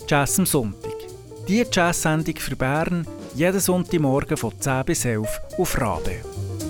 Jazz am Sonntag. Die Jazz-Sendung für Bern, jeden Sonntagmorgen von 10 bis 11 auf Rabe.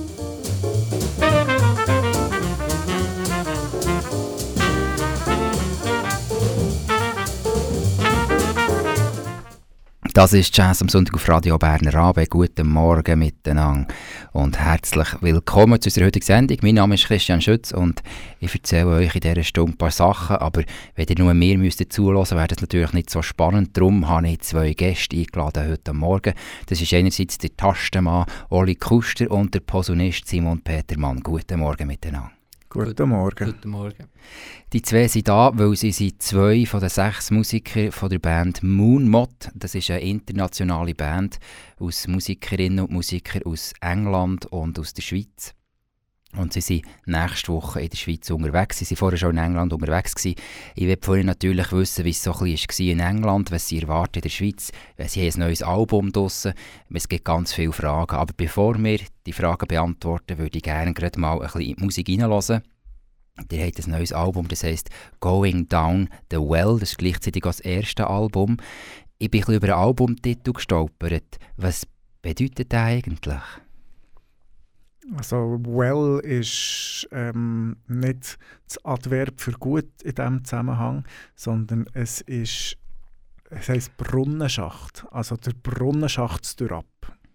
Das ist Jazz am Sonntag auf Radio Berner Rabe. Guten Morgen miteinander und herzlich willkommen zu unserer heutigen Sendung. Mein Name ist Christian Schütz und ich erzähle euch in dieser Stunde ein paar Sachen, aber wenn ihr nur mir zuhören wäre das natürlich nicht so spannend. Darum habe ich 2 Gäste eingeladen heute Morgen. Das ist einerseits der Tastenmann Oli Kuster und der Posaunist Simon Petermann. Guten Morgen miteinander. Guten Morgen. Guten Morgen. Die 2 sind da, weil sie sind 2 von den 6 Musikern von der Band Moonmot. Das ist eine internationale Band aus Musikerinnen und Musikern aus England und aus der Schweiz. Und sie sind nächste Woche in der Schweiz unterwegs. Sie waren vorher schon in England unterwegs. Ich will von Ihnen natürlich wissen, wie es so ein bisschen war in England, was Sie erwarten in der Schweiz. Sie haben ein neues Album draussen. Es gibt ganz viele Fragen. Aber bevor wir die Fragen beantworten, würde ich gerne gerade mal ein bisschen in die Musik hineinhören. Ihr habt ein neues Album, das heisst «Going Down the Well». Das ist gleichzeitig das erste Album. Ich bin ein bisschen über den Albumtitel gestolpert. Was bedeutet der eigentlich? Also «well» ist nicht das Adverb für gut in diesem Zusammenhang, sondern es heisst Brunnenschacht. Also der Brunnenschacht ist ab.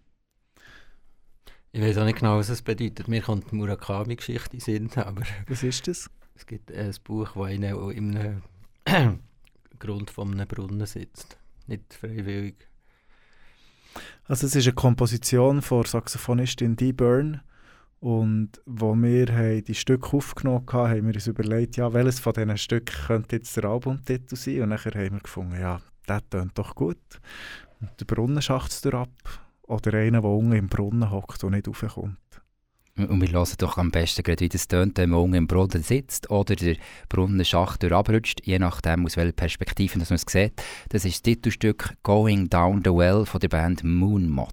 Ich weiß auch nicht genau, was es bedeutet. Mir kommt die Murakami-Geschichte in den Sinn, aber... Was ist das? Es gibt ein Buch, das im Grund von einem Brunnen sitzt. Nicht freiwillig. Also es ist eine Komposition von Saxophonistin Dee Byrne. Und als wir die Stücke aufgenommen haben, haben wir uns überlegt, ja, welches von diesen Stücken könnte jetzt der Albumtitel sein. Und nachher haben wir gefunden, ja, das tönt doch gut. Und der Brunnenschacht ist ab. Oder einer, der unten im Brunnen hockt und nicht raufkommt. Und wir hören doch am besten gerade, wie das tönt, wenn man unten im Brunnen sitzt oder der Brunnenschacht abrutscht, je nachdem, aus welcher Perspektive man es sieht. Das ist das Titelstück «Going Down the Well» von der Band Moonmot.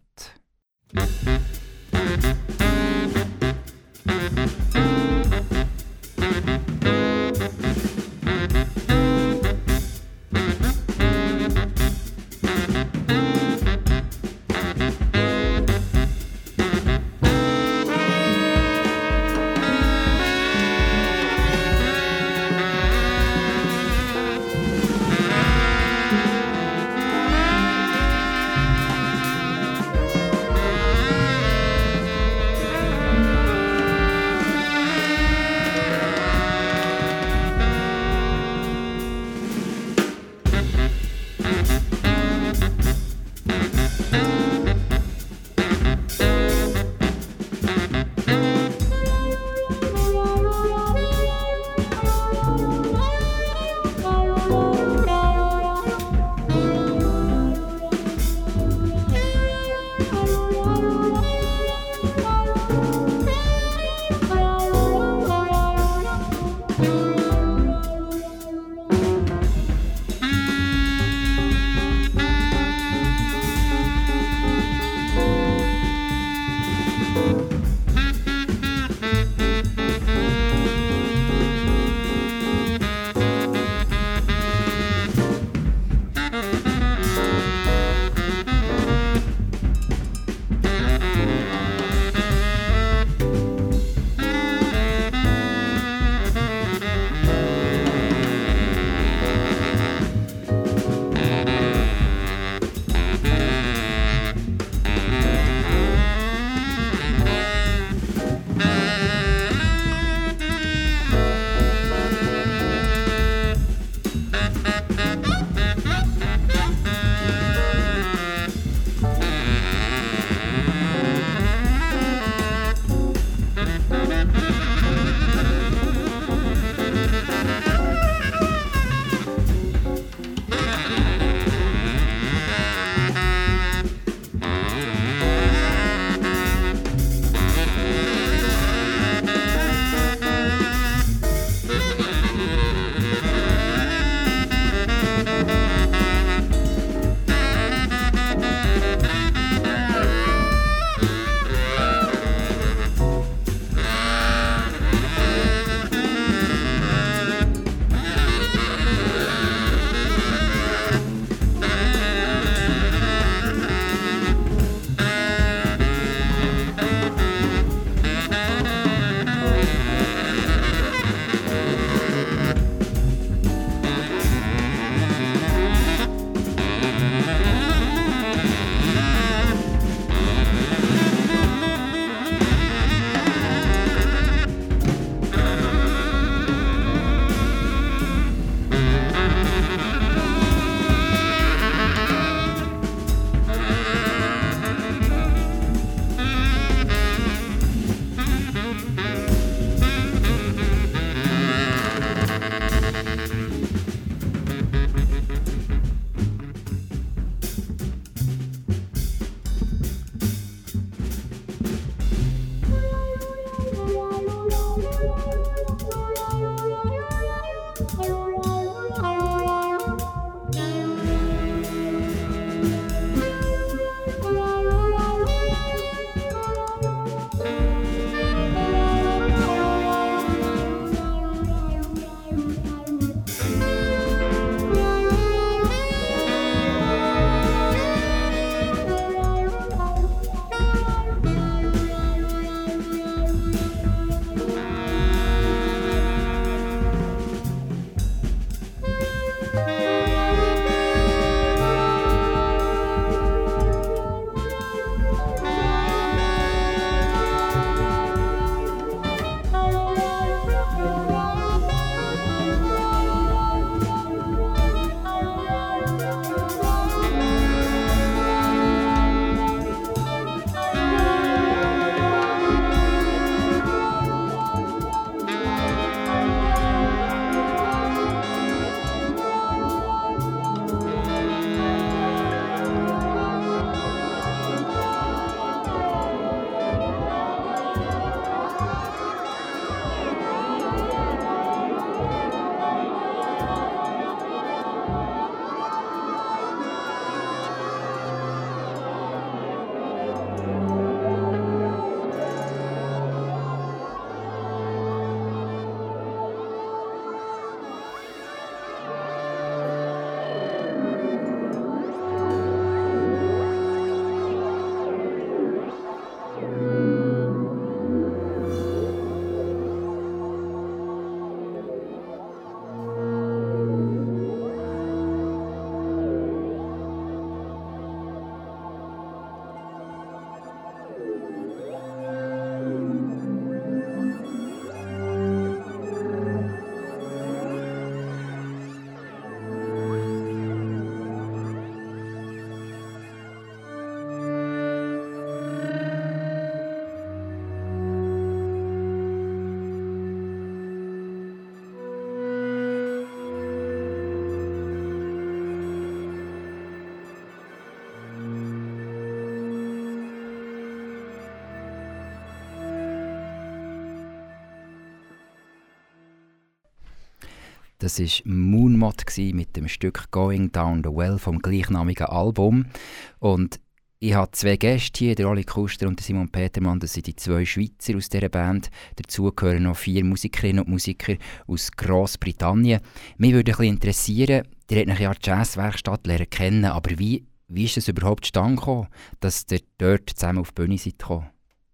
Das war Moonmot mit dem Stück «Going Down the Well» vom gleichnamigen Album. Und ich habe 2 Gäste hier, der Oli Kuster und der Simon Petermann. Das sind die 2 Schweizer aus dieser Band. Dazu gehören noch 4 Musikerinnen und Musiker aus Grossbritannien. Mich würde ein bisschen interessieren, ihr habt ja die Jazzwerkstatt kennen, aber wie ist es überhaupt zustande gekommen, dass ihr dort zusammen auf die Bühne seid gekommen?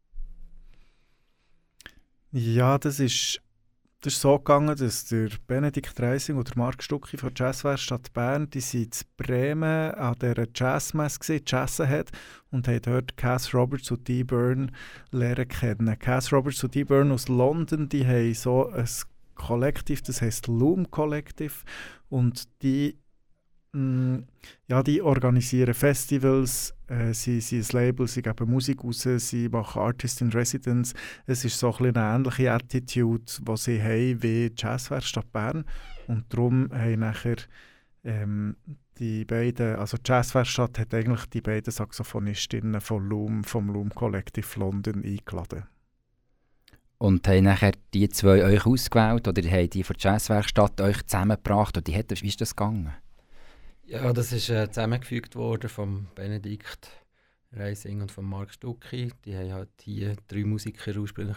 Ja, das ist so gegangen, dass der Benedikt Reising und der Marc Stucki von der Jazzwerkstatt Bern, die sind in Bremen an dieser Jazzmesse gesehen, Jazzahead, und haben dort Cass Roberts und Dee Byrne lernen kennen. Cass Roberts und Dee Byrne aus London, die haben so ein Kollektiv, das heisst Loom Collective, und die organisieren Festivals, sie sind ein Label, sie geben Musik raus, sie machen Artist in Residence. Es ist so ein eine ähnliche Attitude, die sie haben wie die Jazzwerkstatt Bern. Und darum haben nachher die beiden, also die Jazzwerkstatt hat eigentlich die beiden Saxophonistinnen vom Loom Collective London eingeladen. Und haben nachher die 2 euch ausgewählt oder haben die von der Jazzwerkstatt euch zusammengebracht? Oder wie ist das gegangen? Ja, das ist zusammengefügt worden von Benedikt Reising und von Marc Stucki. Die haben halt hier 3 Musiker ursprünglich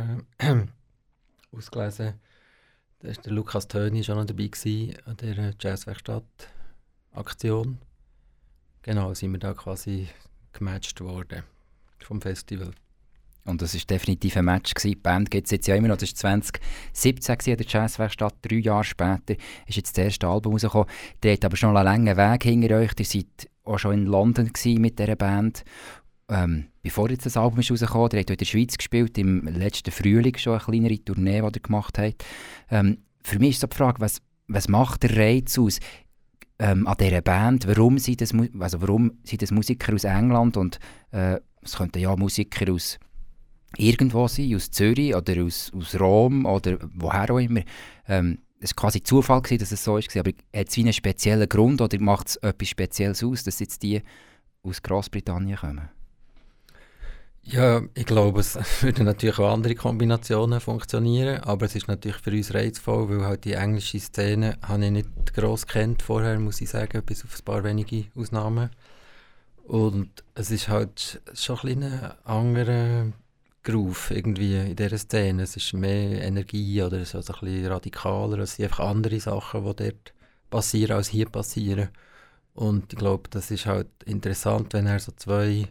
ausgelesen. Da war der Lukas Töni schon noch dabei gewesen, an dieser Jazzwerkstatt-Aktion. Genau, sind wir da quasi gematcht worden vom Festival. Und das war definitiv ein Match gewesen. Die Band gibt es jetzt ja immer noch. Das war 2017 an der Jazzwerkstatt. 3 Jahre später ist jetzt das erste Album rausgekommen. Ihr habt aber schon einen langen Weg hinter euch. Ihr seid auch schon in London mit dieser Band. Bevor jetzt das Album ist rausgekommen, ihr habt in der Schweiz gespielt, im letzten Frühling schon eine kleinere Tournee, die ihr gemacht habt. Für mich ist so die Frage, was macht der Reiz aus an dieser Band? Warum sind das Musiker aus England und es könnten ja Musiker aus irgendwo sein, aus Zürich oder aus Rom oder woher auch immer. Es war quasi Zufall, dass es so war, aber hat es einen speziellen Grund oder macht es etwas Spezielles aus, dass jetzt die aus Grossbritannien kommen? Ja, ich glaube, es würden natürlich auch andere Kombinationen funktionieren, aber es ist natürlich für uns reizvoll, weil halt die englische Szene habe ich nicht gross kennt vorher, muss ich sagen, bis auf ein paar wenige Ausnahmen. Und es ist halt schon ein anderer Groove irgendwie in dieser Szene. Es ist mehr Energie oder so ein bisschen radikaler. Es sind einfach andere Sachen, die dort passieren, als hier passieren. Und ich glaube, das ist halt interessant, wenn so 2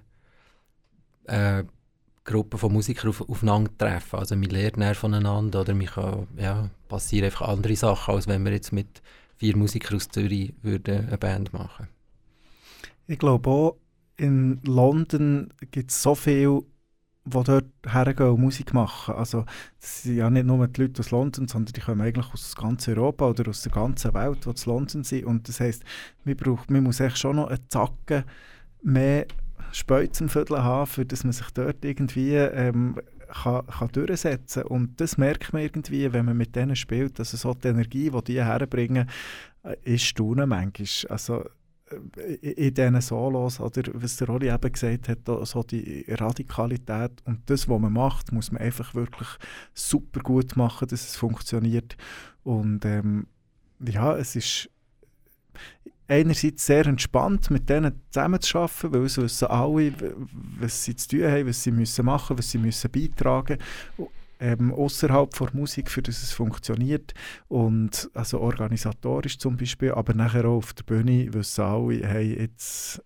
Gruppen von Musikern aufeinandertreffen. Also man lernt näher voneinander oder man kann, passieren einfach andere Sachen, als wenn wir jetzt mit 4 Musikern aus Zürich eine Band machen. Ich glaube auch, in London gibt es so viel, die dort hergehen und Musik machen. Also das sind ja nicht nur die Leute aus London, sondern die kommen eigentlich aus ganz Europa oder aus der ganzen Welt, die in London sind. Und das heisst, man muss echt schon noch eine Zacke mehr Speuzenviertel haben, für dass man sich dort irgendwie kann durchsetzen kann. Und das merkt man irgendwie, wenn man mit denen spielt, dass so die Energie, die die herbringen, ist staunen manchmal. Also in diesen Solos, oder was der Oli eben gesagt hat, so die Radikalität und das, was man macht, muss man einfach wirklich super gut machen, dass es funktioniert. Und es ist einerseits sehr entspannt, mit denen zusammenzuarbeiten, weil es wissen alle, was sie zu tun haben, was sie müssen machen, was sie müssen beitragen außerhalb der Musik, für das es funktioniert. Und also organisatorisch zum Beispiel, aber nachher auch auf der Bühne wissen alle, hey, jetzt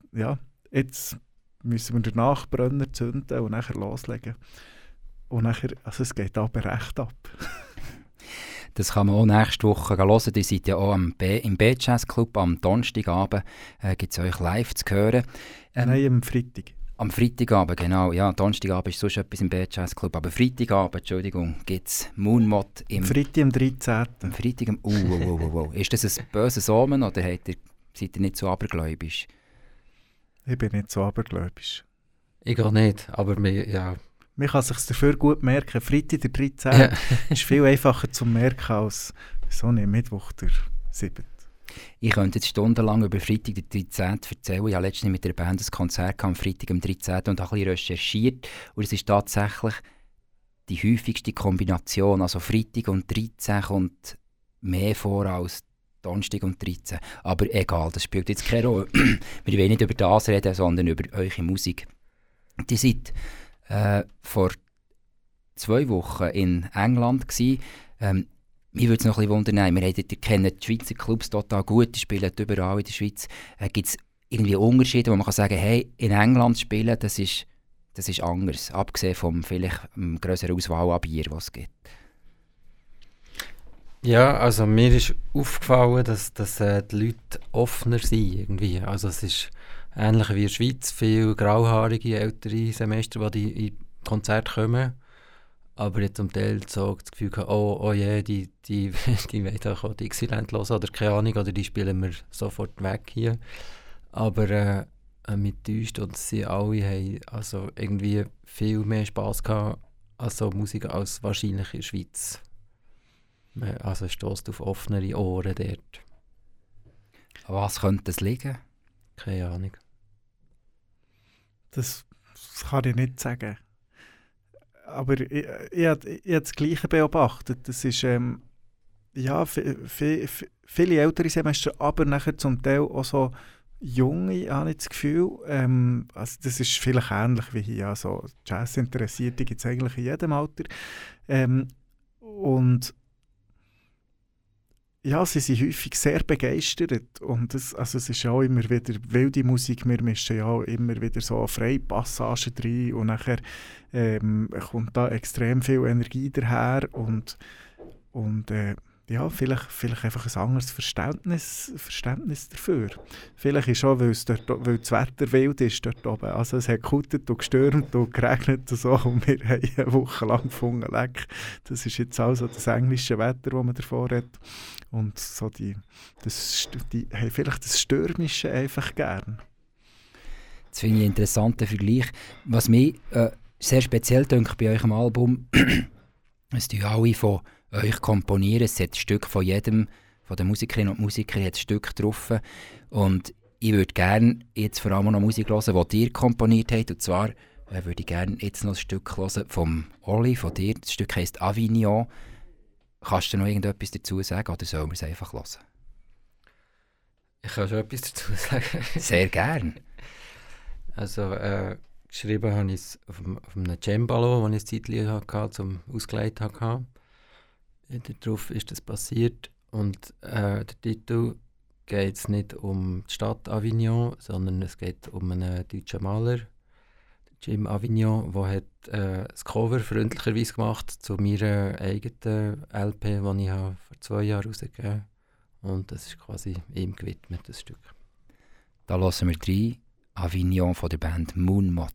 müssen wir den Nachbrenner zünden und nachher loslegen. Und nachher, also es geht aber recht ab. Das kann man auch nächste Woche hören. Ihr seid ja auch im B-Jazz Club am Donnerstagabend. Gibt es euch live zu hören? Nein, am Freitag. Am Freitagabend, genau. Ja, Donnerstagabend ist sonst etwas im B-Jazz Club. Aber Freitagabend, Entschuldigung, gibt es Moonmot im... Freitag am 13. Am Freitag am... Ist das ein böses Omen oder seid ihr nicht so abergläubisch? Ich bin nicht so abergläubisch. Ich auch nicht, aber ja... Man kann es sich dafür gut merken. Freitag der 13. ist viel einfacher zu merken als Mittwoch der 7. Ich könnte jetzt stundenlang über Freitag der 13. erzählen. Ich habe letztens mit der Band ein Konzert am Freitag am 13. und habe ein bisschen recherchiert. Und es ist tatsächlich die häufigste Kombination. Also Freitag und 13 kommt mehr vor als Donnerstag und 13. Aber egal, das spielt jetzt keine Rolle. Wir wollen nicht über das reden, sondern über eure Musik. Die seid vor 2 Wochen in England gsi. Mich würde es noch ein bisschen wundern, ihr kennt die Schweizer Clubs total gut, die spielen überall in der Schweiz. Gibt es irgendwie Unterschiede, wo man kann sagen, hey, in England spielen, das ist anders, abgesehen vom vielleicht grösseren Auswahl an Bier, was es gibt? Ja, also mir ist aufgefallen, dass die Leute offener sind irgendwie. Also es ist ähnlich wie in der Schweiz, viele grauhaarige, ältere Semester, die in Konzerte kommen. Aber jetzt zum Teil so das Gefühl gehabt, oh je, die wollen auch Dixieland hören oder keine Ahnung, oder die spielen wir sofort weg hier. Aber mit täuscht und sie alle haben also irgendwie viel mehr Spass gehabt an so Musik als wahrscheinlich in der Schweiz. Also es stösst auf offenere Ohren dort. An was könnte das liegen? Keine Ahnung. Das kann ich nicht sagen. Aber ich habe das Gleiche beobachtet. Das ist, viele ältere Semester, aber nachher zum Teil auch so junge, habe ich das Gefühl. Also das ist vielleicht ähnlich wie hier. Also Jazz-Interessierte gibt es eigentlich in jedem Alter. Und ja, sie sind häufig sehr begeistert und es ist ja auch immer wieder wilde Musik, wir mischen ja auch immer wieder so Freipassagen rein und nachher kommt da extrem viel Energie daher und ja, vielleicht einfach ein anderes Verständnis dafür. Vielleicht ist auch, weil das Wetter wild ist dort oben. Also es hat gekutet und gestürmt und geregnet und so und wir haben eine Woche lang gefunden, leck, das ist jetzt also das englische Wetter, das man davor hat. Und so die haben vielleicht das Stürmische einfach gern. Das finde ich einen interessanten Vergleich. Was mich sehr speziell dünkt bei eurem Album, es tun alle von euch komponieren. Es hat ein Stück von jedem, von den Musikerinnen und Musikern, hat ein Stück drauf. Und ich würde gerne jetzt vor allem noch Musik hören, die ihr komponiert habt. Und zwar würde ich gerne jetzt noch ein Stück hören vom Oli, von dir. Das Stück heisst Avignon. Kannst du noch irgendetwas dazu sagen oder sollen wir es einfach hören? Ich kann schon etwas dazu sagen. Sehr gern. Also geschrieben habe ich es auf einem Cembalo, das ich ein Zeitchen hatte, zum Ausgelegt hatte. Darauf ist das passiert. Und der Titel geht es nicht um die Stadt Avignon, sondern es geht um einen deutschen Maler, Jim Avignon, der das Cover freundlicherweise gemacht zu meiner eigenen LP, die ich vor 2 Jahren rausgegeben habe. Und das ist quasi ihm gewidmet, das Stück. Da hören wir rein, Avignon von der Band Moon Mott.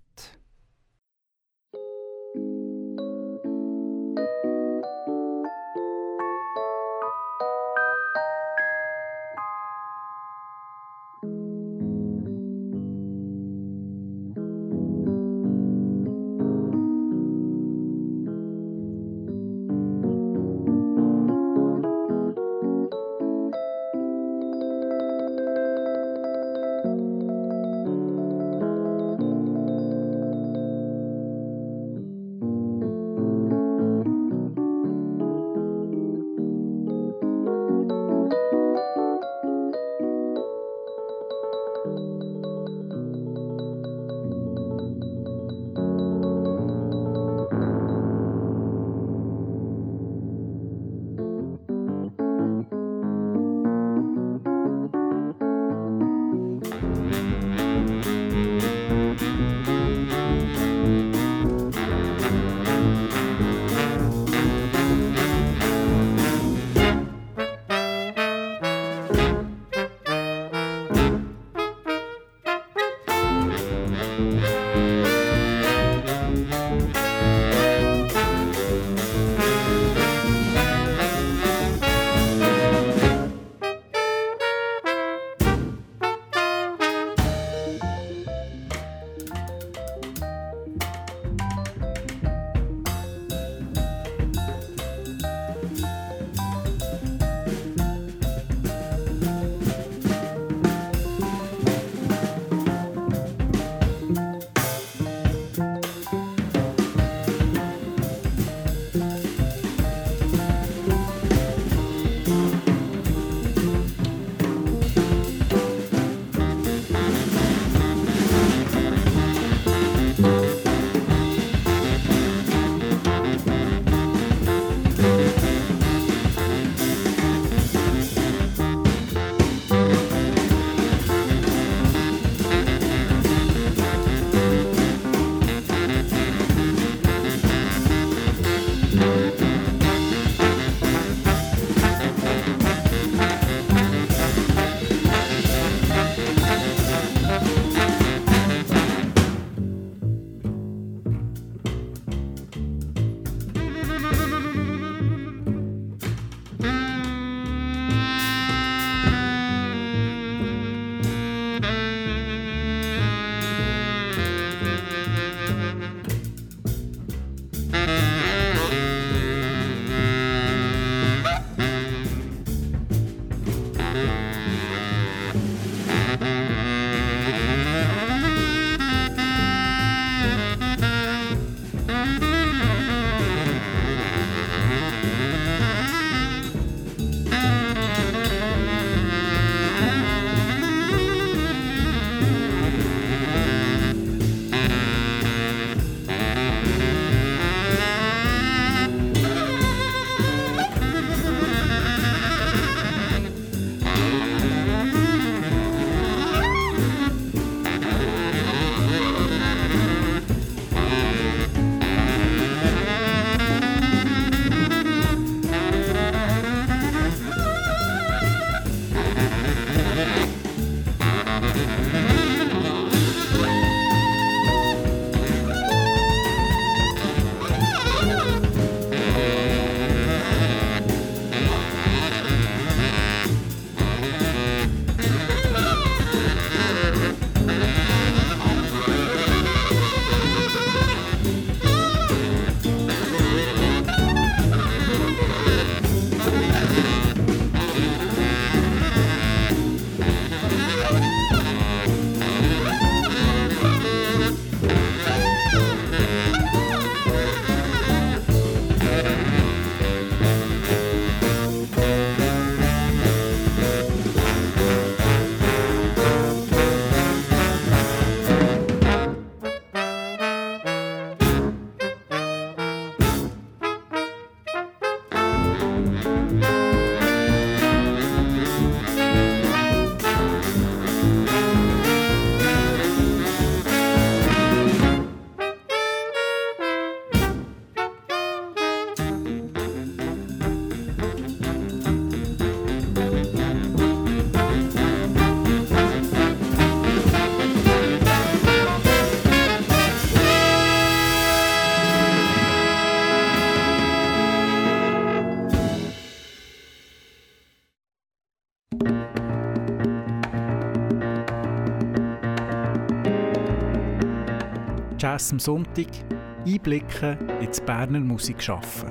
Jazz am Sonntag, Einblicke ins Berner Musikschaffen.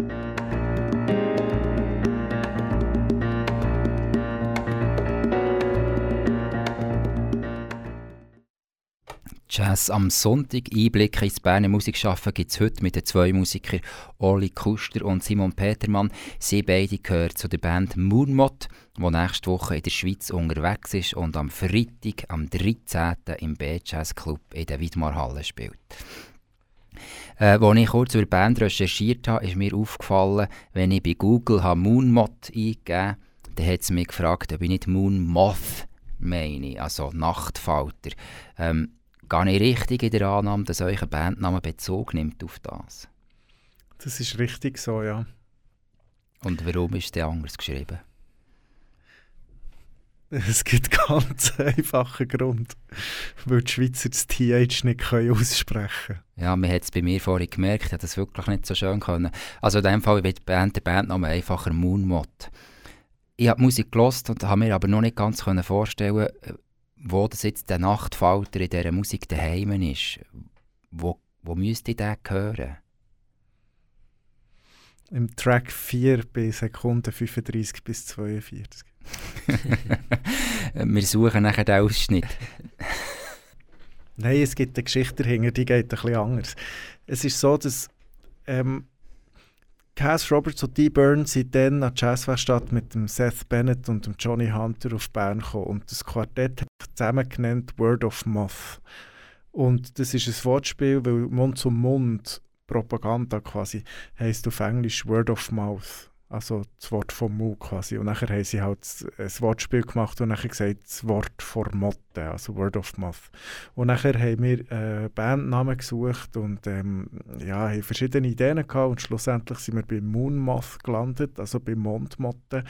Jazz am Sonntag, Einblicke ins Berner Musikschaffen gibt es heute mit den zwei Musikern Oli Kuster und Simon Petermann. Sie beide gehören zu der Band Moonmot, die nächste Woche in der Schweiz unterwegs ist und am Freitag, am 13. im B-Jazz Club in der Widmarhalle spielt. Als ich kurz über die Band recherchiert habe, ist mir aufgefallen, wenn ich bei Google Moonmot eingegeben habe, dann hat es mich gefragt, ob ich nicht Moonmoth meine, also Nachtfalter. Gar nicht richtig in der Annahme, dass euer Bandname Bezug nimmt auf das? Das ist richtig so, ja. Und warum ist der anders geschrieben? Es gibt ganz einfachen Grund, weil die Schweizer das TH nicht aussprechen können. Ja, man hat es bei mir vorhin gemerkt, ich konnte das wirklich nicht so schön können. Also in diesem Fall wird der Bandname einfacher Moonmot. Ich habe die Musik gehört und habe mir aber noch nicht ganz vorstellen, wo das jetzt der Nachtfalter in dieser Musik daheim ist. Wo müsste ich den hören? Im Track 4 bei Sekunden 35 bis 42. Wir suchen nachher den Ausschnitt. Nein, es gibt eine Geschichte dahinter, die geht ein bisschen anders. Es ist so, dass Cass Roberts und Dee Byrne sind dann an die Jazzwerkstatt mit dem Seth Bennett und dem Johnny Hunter auf Bern gekommen. Und das Quartett hat sich zusammen genannt Word of Mouth. Und das ist ein Wortspiel, weil Mund zu Mund Propaganda quasi heisst auf Englisch Word of Mouth. Also das Wort vom Mund quasi. Und nachher haben sie halt ein Wortspiel gemacht und nachher gesagt, das Wort vor Motte, also Word of Mouth. Und nachher haben wir Bandnamen gesucht und haben verschiedene Ideen gehabt und schlussendlich sind wir bei Moonmoth gelandet, also bei Mondmotte.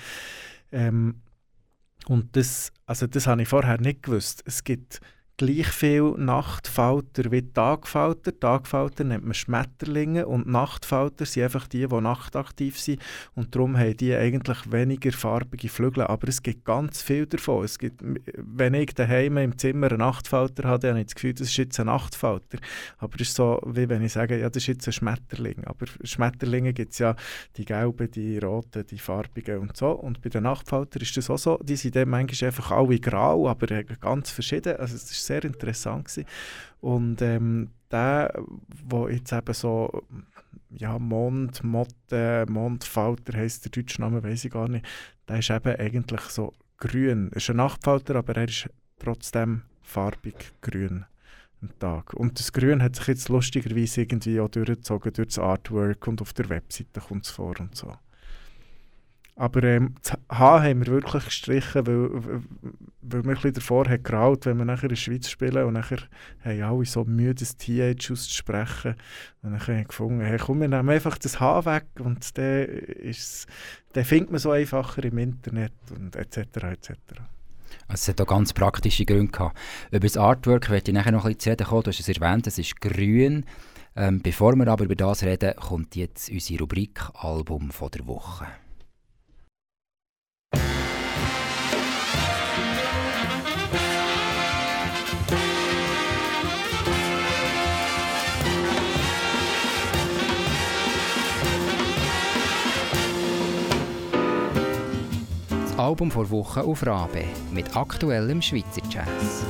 Und das habe ich vorher nicht gewusst. Es gibt gleich viel Nachtfalter wie Tagfalter. Tagfalter nennt man Schmetterlinge und Nachtfalter sind einfach die nachtaktiv sind und darum haben die eigentlich weniger farbige Flügel. Aber es gibt ganz viel davon. Es gibt, wenn ich daheim im Zimmer einen Nachtfalter habe, dann habe ich das Gefühl, das ist jetzt ein Nachtfalter. Aber es ist so, wie wenn ich sage, ja, das ist jetzt ein Schmetterling. Aber Schmetterlinge gibt es ja die gelben, die roten, die farbigen und so. Und bei den Nachtfaltern ist das auch so. Die sind dann manchmal einfach alle grau, aber ganz verschieden. Also es ist sehr interessant gewesen. Und der jetzt eben so Mondmotte, Mondfalter heisst der deutsche Name, weiss ich gar nicht, der ist eben eigentlich so grün. Er ist ein Nachtfalter, aber er ist trotzdem farbig grün am Tag. Und das Grün hat sich jetzt lustigerweise irgendwie auch durchgezogen durch das Artwork und auf der Webseite kommt es vor und so. Aber das H haben wir wirklich gestrichen, weil wir ein bisschen davor haben geraut, wenn wir nachher in der Schweiz spielen und nachher haben alle so Mühe, das TH auszusprechen. Und dann haben wir gefunden, hey, komm, wir nehmen einfach das H weg und dann findet man so einfacher im Internet und etc. etc. Also es hat auch ganz praktische Gründe gehabt. Über das Artwork werde ich nachher noch ein bisschen zu reden kommen. Du hast es erwähnt, es ist grün. Bevor wir aber über das reden, kommt jetzt unsere Rubrik «Album von der Woche». Album vor Woche auf Rabe mit aktuellem Schweizer Jazz.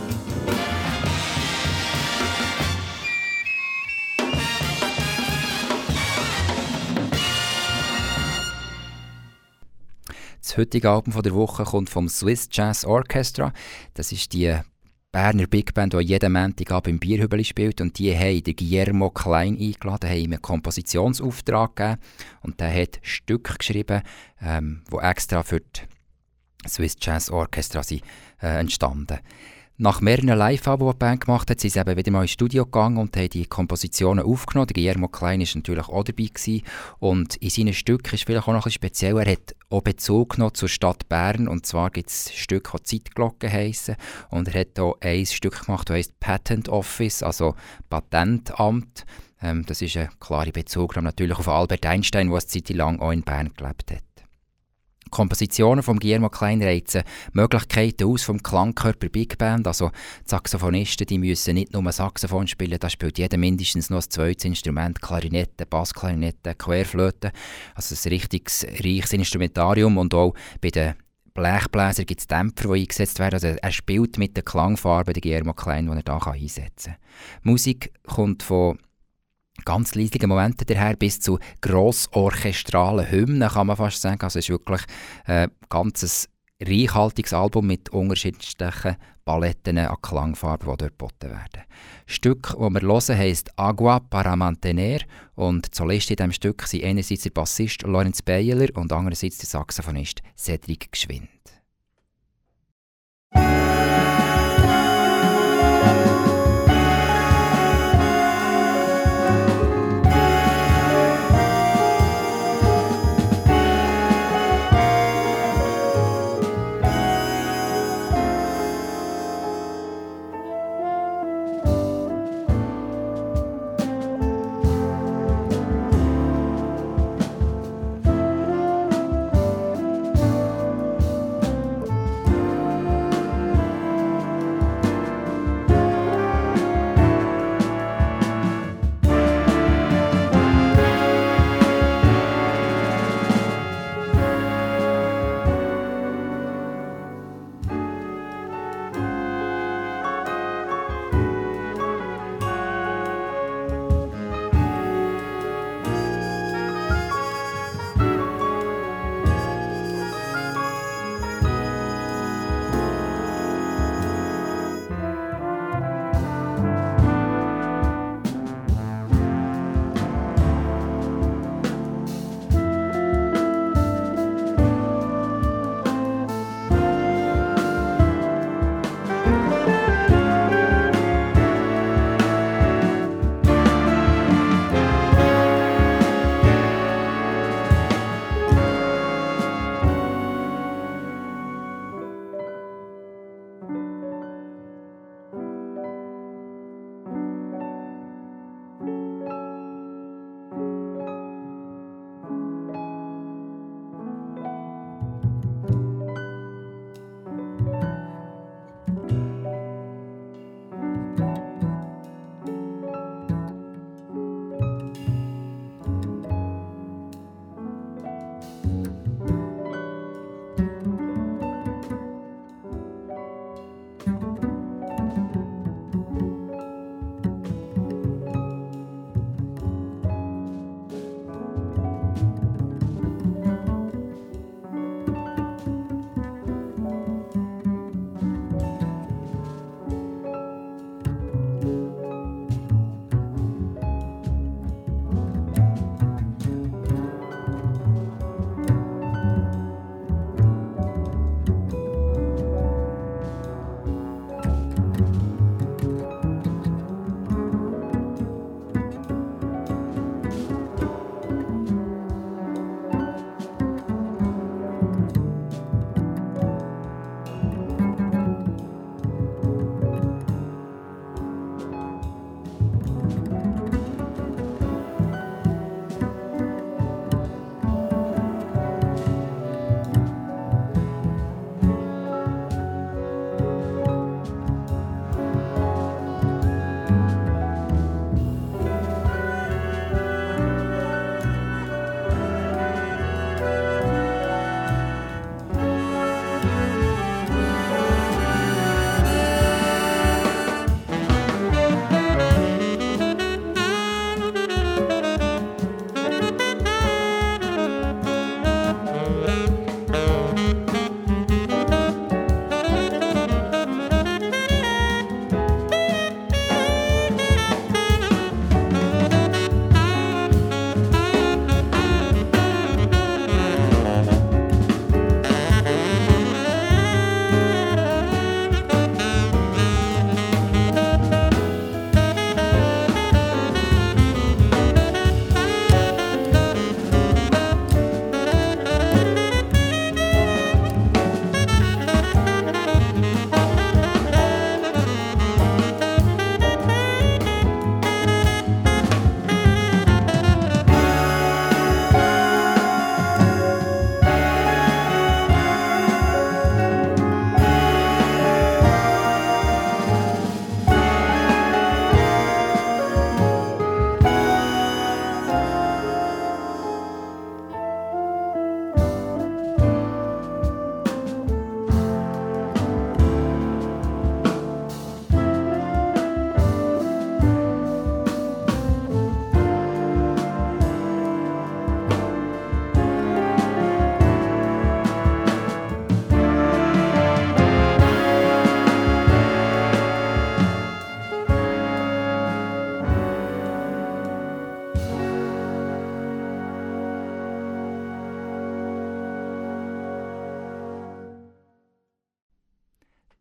Das heutige Album von der Woche kommt vom Swiss Jazz Orchestra. Das ist die Berner Big Band, die jeden Montagabend im Bierhübeli spielt. Und die haben den Guillermo Klein eingeladen, haben ihm einen Kompositionsauftrag gegeben. Und der hat Stücke geschrieben, die extra für die Swiss Jazz Orchestra sind entstanden. Nach mehreren Live-Alben, die die Band gemacht hat, sind sie eben wieder mal ins Studio gegangen und haben die Kompositionen aufgenommen. Der Guillermo Klein war natürlich auch dabei gewesen. Und in seinen Stücken ist vielleicht auch noch ein bisschen speziell, er hat auch Bezug genommen zur Stadt Bern. Und zwar gibt es Stücke, die Zeitglocke heissen. Und er hat auch ein Stück gemacht, das heisst Patent Office, also Patentamt. Das ist ein klarer Bezug natürlich auf Albert Einstein, der eine Zeit lang auch in Bern gelebt hat. Kompositionen von Guillermo Klein reizen Möglichkeiten aus vom Klangkörper Big Band. Also die Saxophonisten die müssen nicht nur Saxophon spielen, da spielt jeder mindestens noch ein zweites Instrument, Klarinette, Bassklarinette, Querflöte. Also ein richtiges, reiches Instrumentarium. Und auch bei den Blechbläsern gibt es Dämpfer, die eingesetzt werden. Also er spielt mit den Klangfarben, der Guillermo Klein, die er hier einsetzen kann. Musik kommt von ganz leisigen Momenten daher bis zu grossorchestralen Hymnen, kann man fast sagen. Also es ist wirklich ein ganzes reichhaltiges Album mit unterschiedlichen Paletten an Klangfarben, die dort geboten werden. Das Stück, das wir hören, heisst «Agua para mantener» und die Solisten in diesem Stück sind einerseits der Bassist Lorenz Beyeler und andererseits der Saxophonist Cedric Gschwind.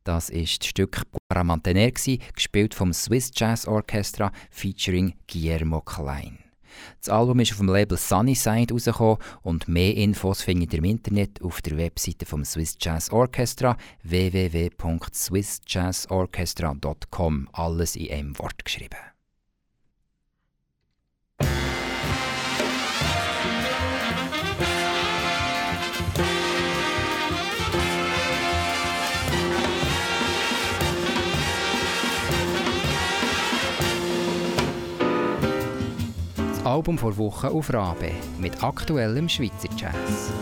Das war das Stück «Para Mantener», gespielt vom Swiss Jazz Orchestra featuring Guillermo Klein. Das Album ist auf dem Label Sunnyside rausgekommen und mehr Infos findet ihr im Internet auf der Webseite vom Swiss Jazz Orchestra www.swissjazzorchestra.com. Alles in einem Wort geschrieben. Das Album vor Wochen auf Rabe mit aktuellem Schweizer Jazz.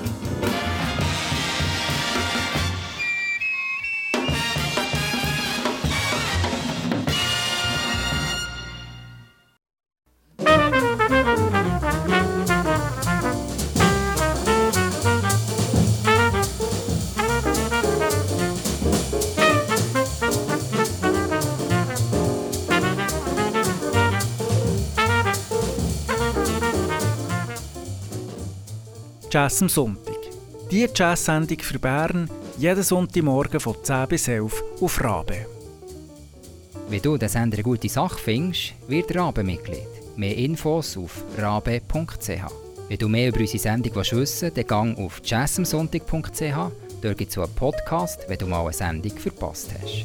Jazz am Sonntag. Die Jazz-Sendung für Bern, jeden Sonntagmorgen von 10 bis 11 auf Rabe. Wenn du den Sender eine gute Sache findest, wird Rabe Mitglied. Mehr Infos auf rabe.ch. Wenn du mehr über unsere Sendung wissen willst, dann gang auf jazzamsonntag.ch. Dort gibt es einen Podcast, wenn du mal eine Sendung verpasst hast.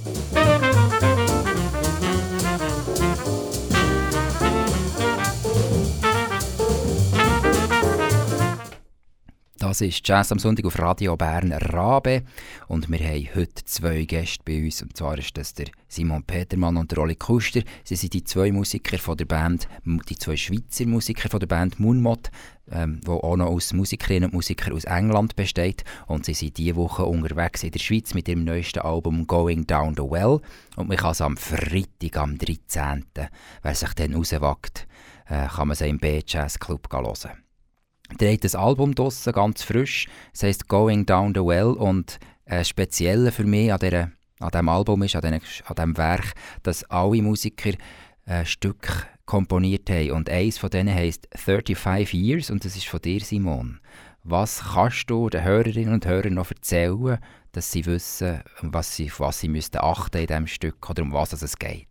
Das ist Jazz am Sonntag auf Radio Bern Rabe und wir haben heute 2 Gäste bei uns, und zwar ist das der Simon Petermann und der Oli Kuster. Sie sind die 2 Musiker von der Band, die 2 Schweizer Musiker von der Band Moonmot, die auch noch aus Musikerinnen und Musikern aus England besteht, und sie sind diese Woche unterwegs in der Schweiz mit ihrem neuesten Album «Going Down the Well», und man kann es am Freitag, am 13., wer sich dann rauswagt, kann man sie im B-Jazz Club hören. Der hat das Album draussen, ganz frisch. Es heisst «Going Down the Well», und speziell für mich an diesem Album ist, an diesem Werk, dass alle Musiker ein Stück komponiert haben. Und eins von denen heisst «35 Years», und das ist von dir, Simon. Was kannst du den Hörerinnen und Hörern noch erzählen, dass sie wissen, auf was sie müssten achten in diesem Stück, oder um was es geht?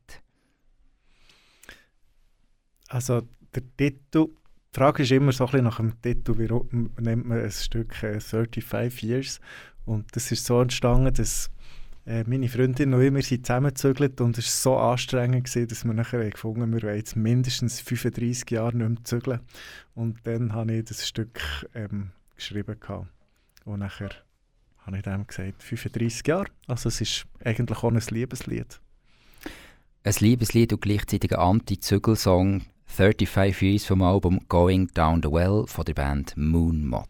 Also der Titel... Die Frage ist immer so ein bisschen nach dem Titel, wie nennt man ein Stück 35 Years. Und das ist so entstanden, dass meine Freundin und ich, wir sind zusammengezügelt, und es war so anstrengend gewesen, dass wir nachher gefunden haben, wir wollen jetzt mindestens 35 Jahre nicht mehr zügeln. Und dann habe ich das Stück geschrieben gehabt. Und nachher habe ich dem gesagt, 35 Jahre. Also es ist eigentlich auch ein Liebeslied. Ein Liebeslied und gleichzeitig ein Anti-Zügelsong. 35 Years vom Album «Going Down the Well» von der Band Moonmot.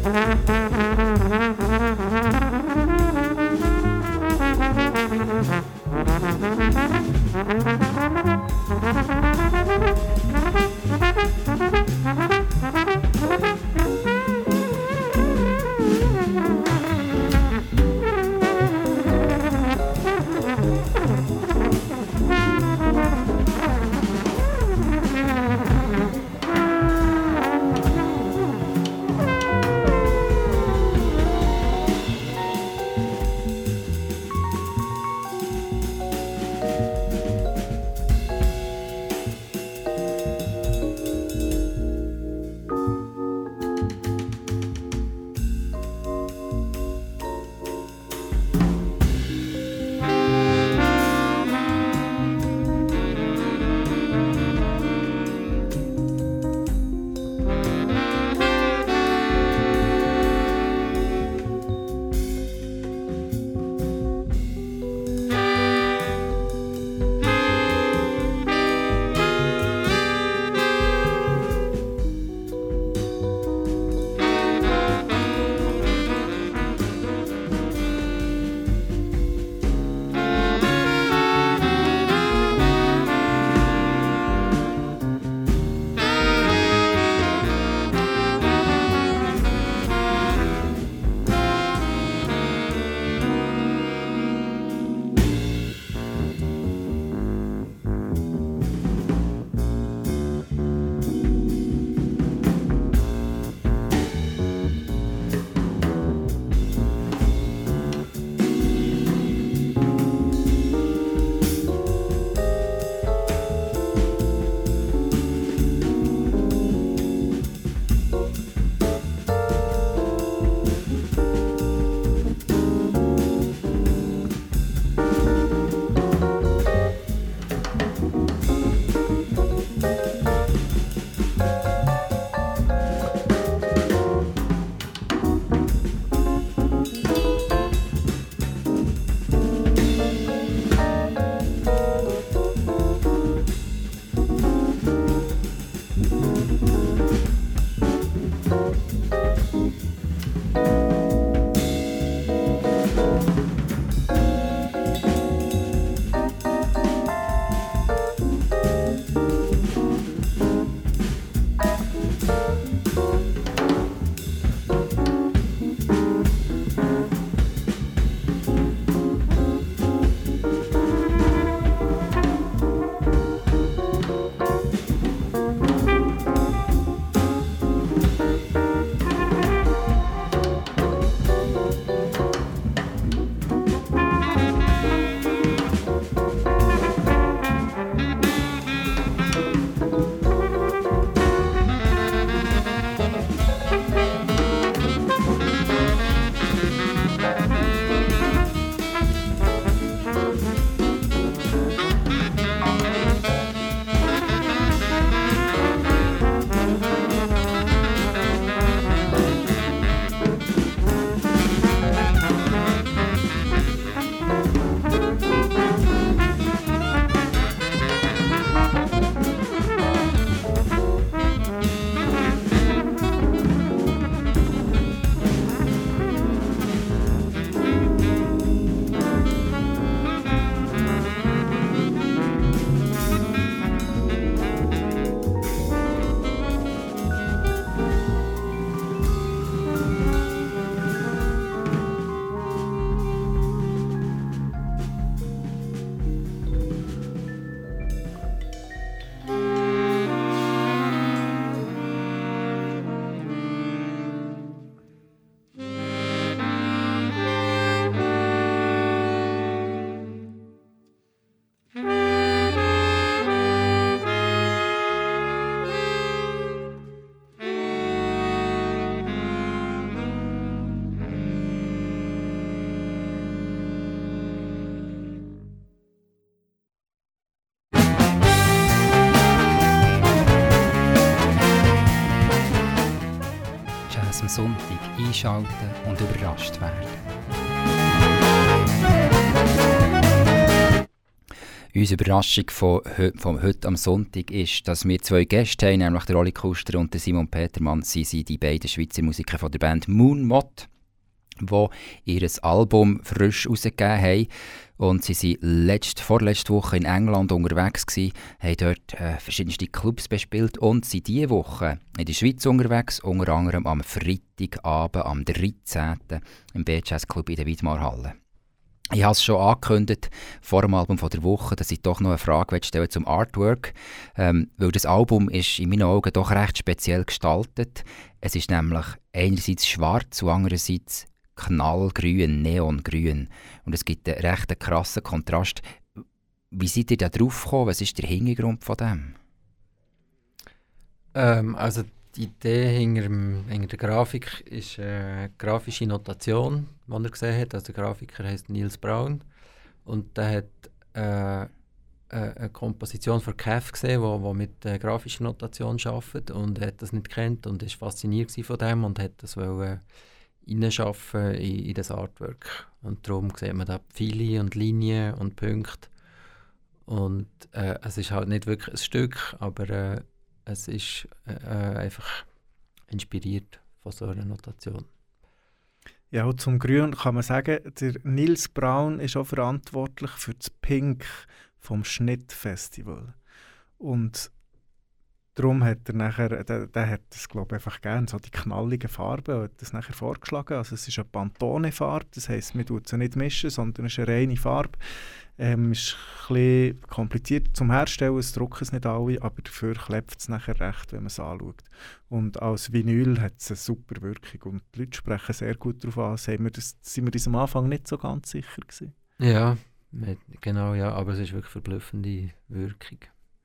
am Sonntag einschalten und überrascht werden. Unsere Überraschung von heute am Sonntag ist, dass wir 2 Gäste haben, nämlich der Oli Kuster und der Simon Petermann. Sie sind die beiden Schweizer Musiker von der Band Moon Mott, die ihr Album frisch herausgegeben haben. Und sie waren vorletzte Woche in England unterwegs gewesen, haben dort verschiedenste Clubs bespielt und sind diese Woche in der Schweiz unterwegs, unter anderem am Freitagabend, am 13. im B-Jazz Club in der Wiedmarhalle. Ich habe es schon angekündigt, vor dem Album von der Woche, dass ich doch noch eine Frage stellen zum Artwork. Weil das Album ist in meinen Augen doch recht speziell gestaltet. Es ist nämlich einerseits schwarz und andererseits knallgrün, neongrün. Und es gibt einen recht krassen Kontrast. Wie seid ihr da drauf gekommen? Was ist der Hintergrund von dem? Also die Idee hinter der Grafik ist eine grafische Notation, die er gesehen hat. Also der Grafiker heißt Niels Braun und der hat eine Komposition von CAF gesehen, die mit grafischer Notation arbeitet und hat das nicht gekannt und ist fasziniert von dem und hat das reinschaffen in das Artwork. Und darum sieht man da Pfeile und Linien und Punkte. Und es ist halt nicht wirklich ein Stück, aber es ist einfach inspiriert von so einer Notation. Ja, und zum Grün kann man sagen, der Niels Braun ist auch verantwortlich für das Pink vom Schnittfestival. Und darum hat er nachher, der hat das glaube ich einfach gerne, so die knalligen Farben, hat das nachher vorgeschlagen. Also es ist eine Pantone-Farbe, das heisst, man tut sie nicht mischen, sondern es ist eine reine Farbe. Ist ein bisschen kompliziert zum Herstellen, es drucken es nicht alle, aber dafür klebt es nachher recht, wenn man es anschaut. Und als Vinyl hat es eine super Wirkung und die Leute sprechen sehr gut darauf an. Sind wir uns am Anfang nicht so ganz sicher gewesen. Ja, genau, ja, aber es ist wirklich verblüffende Wirkung.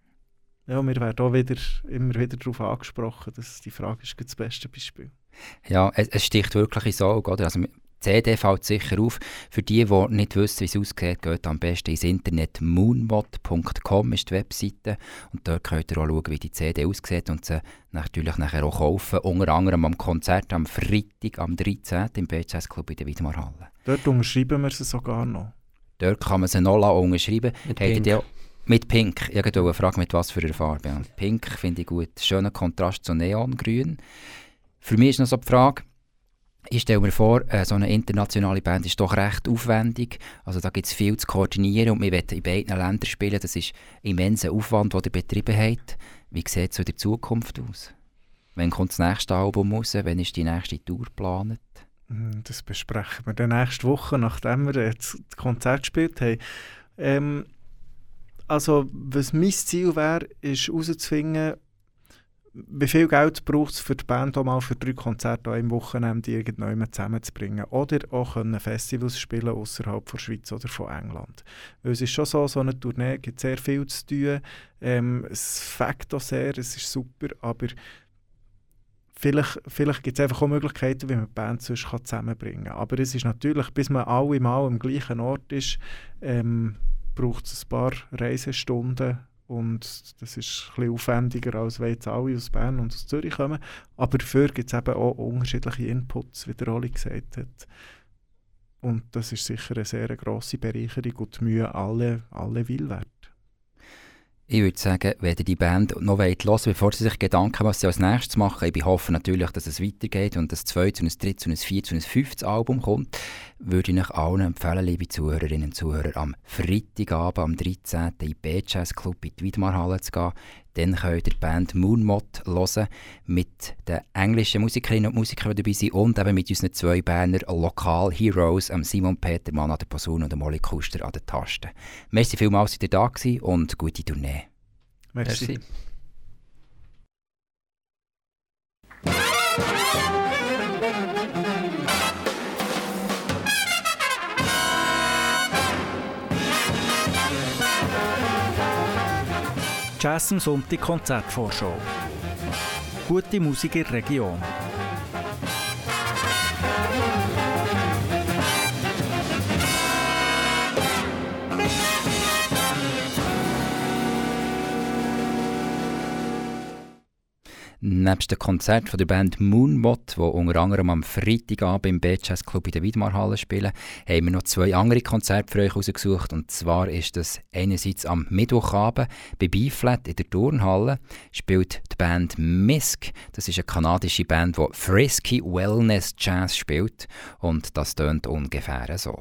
Ja, wir werden auch immer wieder darauf angesprochen, dass die Frage ist das beste Beispiel. Ja, es sticht wirklich ins Auge, oder? Also, die CD fällt sicher auf. Für die nicht wissen, wie es aussieht, geht am besten ins Internet. moonmott.com ist die Webseite. Und dort könnt ihr auch schauen, wie die CD aussieht und sie natürlich nachher auch kaufen. Unter anderem am Konzert am Freitag, am 13. im B-Jazz Club in der Wiedmarhalle. Dort unterschreiben wir sie sogar noch. Dort kann man sie noch unterschreiben. Mit Pink. Ich habe eine Frage, mit was für einer Farbe. Ja. Pink finde ich gut. Schöner Kontrast zu Neongrün. Für mich ist noch so die Frage, ich stelle mir vor, so eine internationale Band ist doch recht aufwendig. Also da gibt es viel zu koordinieren und wir wollen in beiden Ländern spielen. Das ist immenser Aufwand, den ihr betrieben habt. Wie sieht es in der Zukunft aus? Wann kommt das nächste Album raus? Wann ist die nächste Tour geplant? Das besprechen wir dann nächste Woche, nachdem wir das Konzert gespielt haben. Also, was mein Ziel wäre, ist herauszufinden, wie viel Geld braucht es für die Band, auch mal für 3 Konzerte an einem Wochenende irgendjemand zusammenzubringen. Oder auch können Festivals spielen außerhalb der Schweiz oder von England. Weil es ist schon so eine Tournee gibt sehr viel zu tun. Es fängt auch sehr, es ist super, aber vielleicht gibt es einfach auch Möglichkeiten, wie man die Band sonst zusammenbringen kann. Aber es ist natürlich, bis man alle mal am gleichen Ort ist, braucht es ein paar Reisestunden und das ist ein bisschen aufwendiger, als wenn jetzt alle aus Bern und aus Zürich kommen. Aber dafür gibt es eben auch unterschiedliche Inputs, wie der Oli gesagt hat. Und das ist sicher eine sehr grosse Bereicherung und die Mühe alle will wert. Ich würde sagen, wenn ihr die Band noch hören wollt, bevor sie sich Gedanken was sie als nächstes machen, ich hoffe natürlich, dass es weitergeht und das 2., ein 3., ein 4., ein 5. Album kommt, würde ich euch allen empfehlen, liebe Zuhörerinnen und Zuhörer, am Freitagabend, am 13. in B-Jazz Club in die Wiedmarhalle zu gehen. Dann könnt ihr die Band Moon Mott hören mit den englischen Musikerinnen und Musikern, die dabei sind und eben mit unseren 2 Berner Lokal-Heroes, Simon Petermann an der Posaune und Oli Kuster an den Tasten. Merci vielmals, dass ihr da gewesen und gute Tournee. Merci. Jazz am Sonntag Konzertvorschau. Gute Musik in der Region. Nebst dem Konzert von der Band Moonmot, das unter anderem am Freitagabend im B-Jazz Club in der Wiedmarhalle spielen, haben wir noch 2 andere Konzerte für euch rausgesucht. Und zwar ist das einerseits am Mittwochabend bei B-Flat in der Turnhalle spielt die Band Misk. Das ist eine kanadische Band, die Frisky Wellness Jazz spielt. Und das tönt ungefähr so.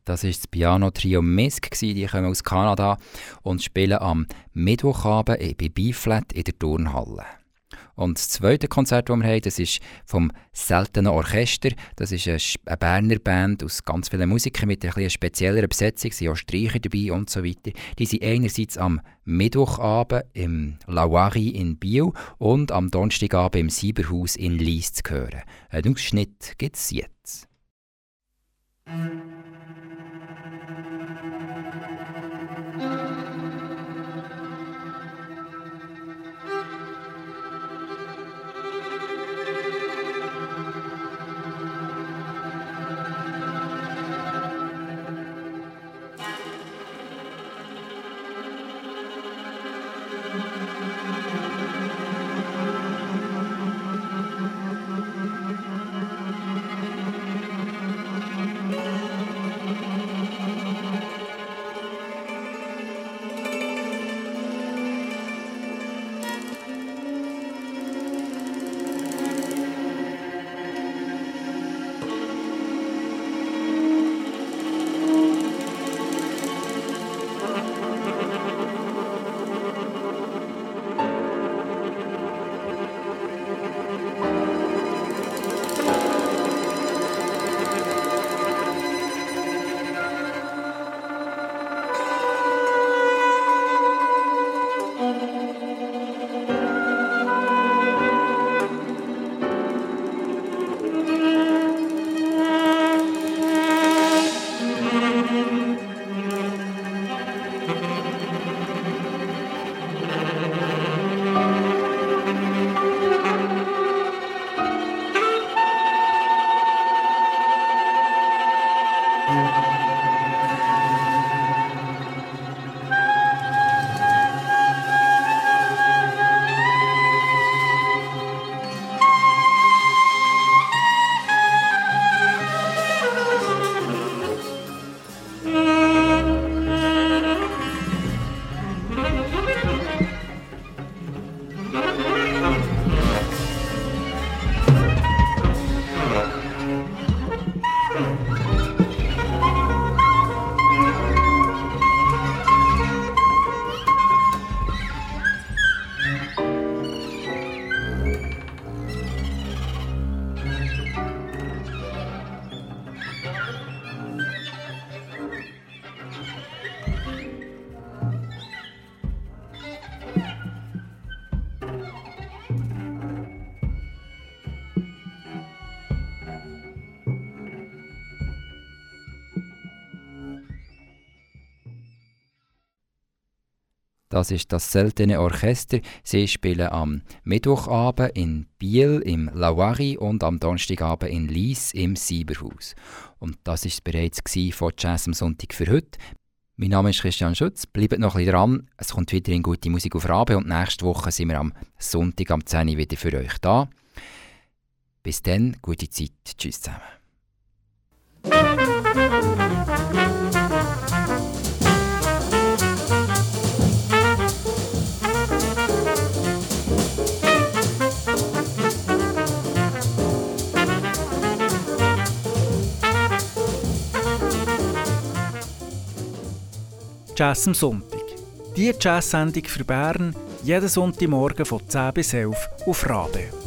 Das war das Piano-Trio Misk, die kommen aus Kanada und spielen am Mittwochabend bei B-Flat in der Turnhalle. Und das zweite Konzert, das wir haben, das ist vom Seltenen Orchester. Das ist eine Berner Band aus ganz vielen Musikern mit einer spezielleren Besetzung. Es sind auch Streicher dabei und so weiter. Die sind einerseits am Mittwochabend im Lawari in Biel und am Donnerstagabend im Sieberhaus in Lies zu hören. Einen Ausschnitt gibt es jetzt. Das ist das Seltene Orchester. Sie spielen am Mittwochabend in Biel im Lawari und am Donnerstagabend in Lies im Sieberhaus. Und das war es bereits von Jazz am Sonntag für heute. Mein Name ist Christian Schütz. Bleibt noch ein bisschen dran. Es kommt weiterhin gute Musik auf Rabe und nächste Woche sind wir am Sonntag am 10 Uhr wieder für euch da. Bis dann, gute Zeit. Tschüss zusammen. Jazz am Sonntag. Die Jazz-Sendung für Bern, jeden Sonntagmorgen von 10 bis 11 auf Rabe.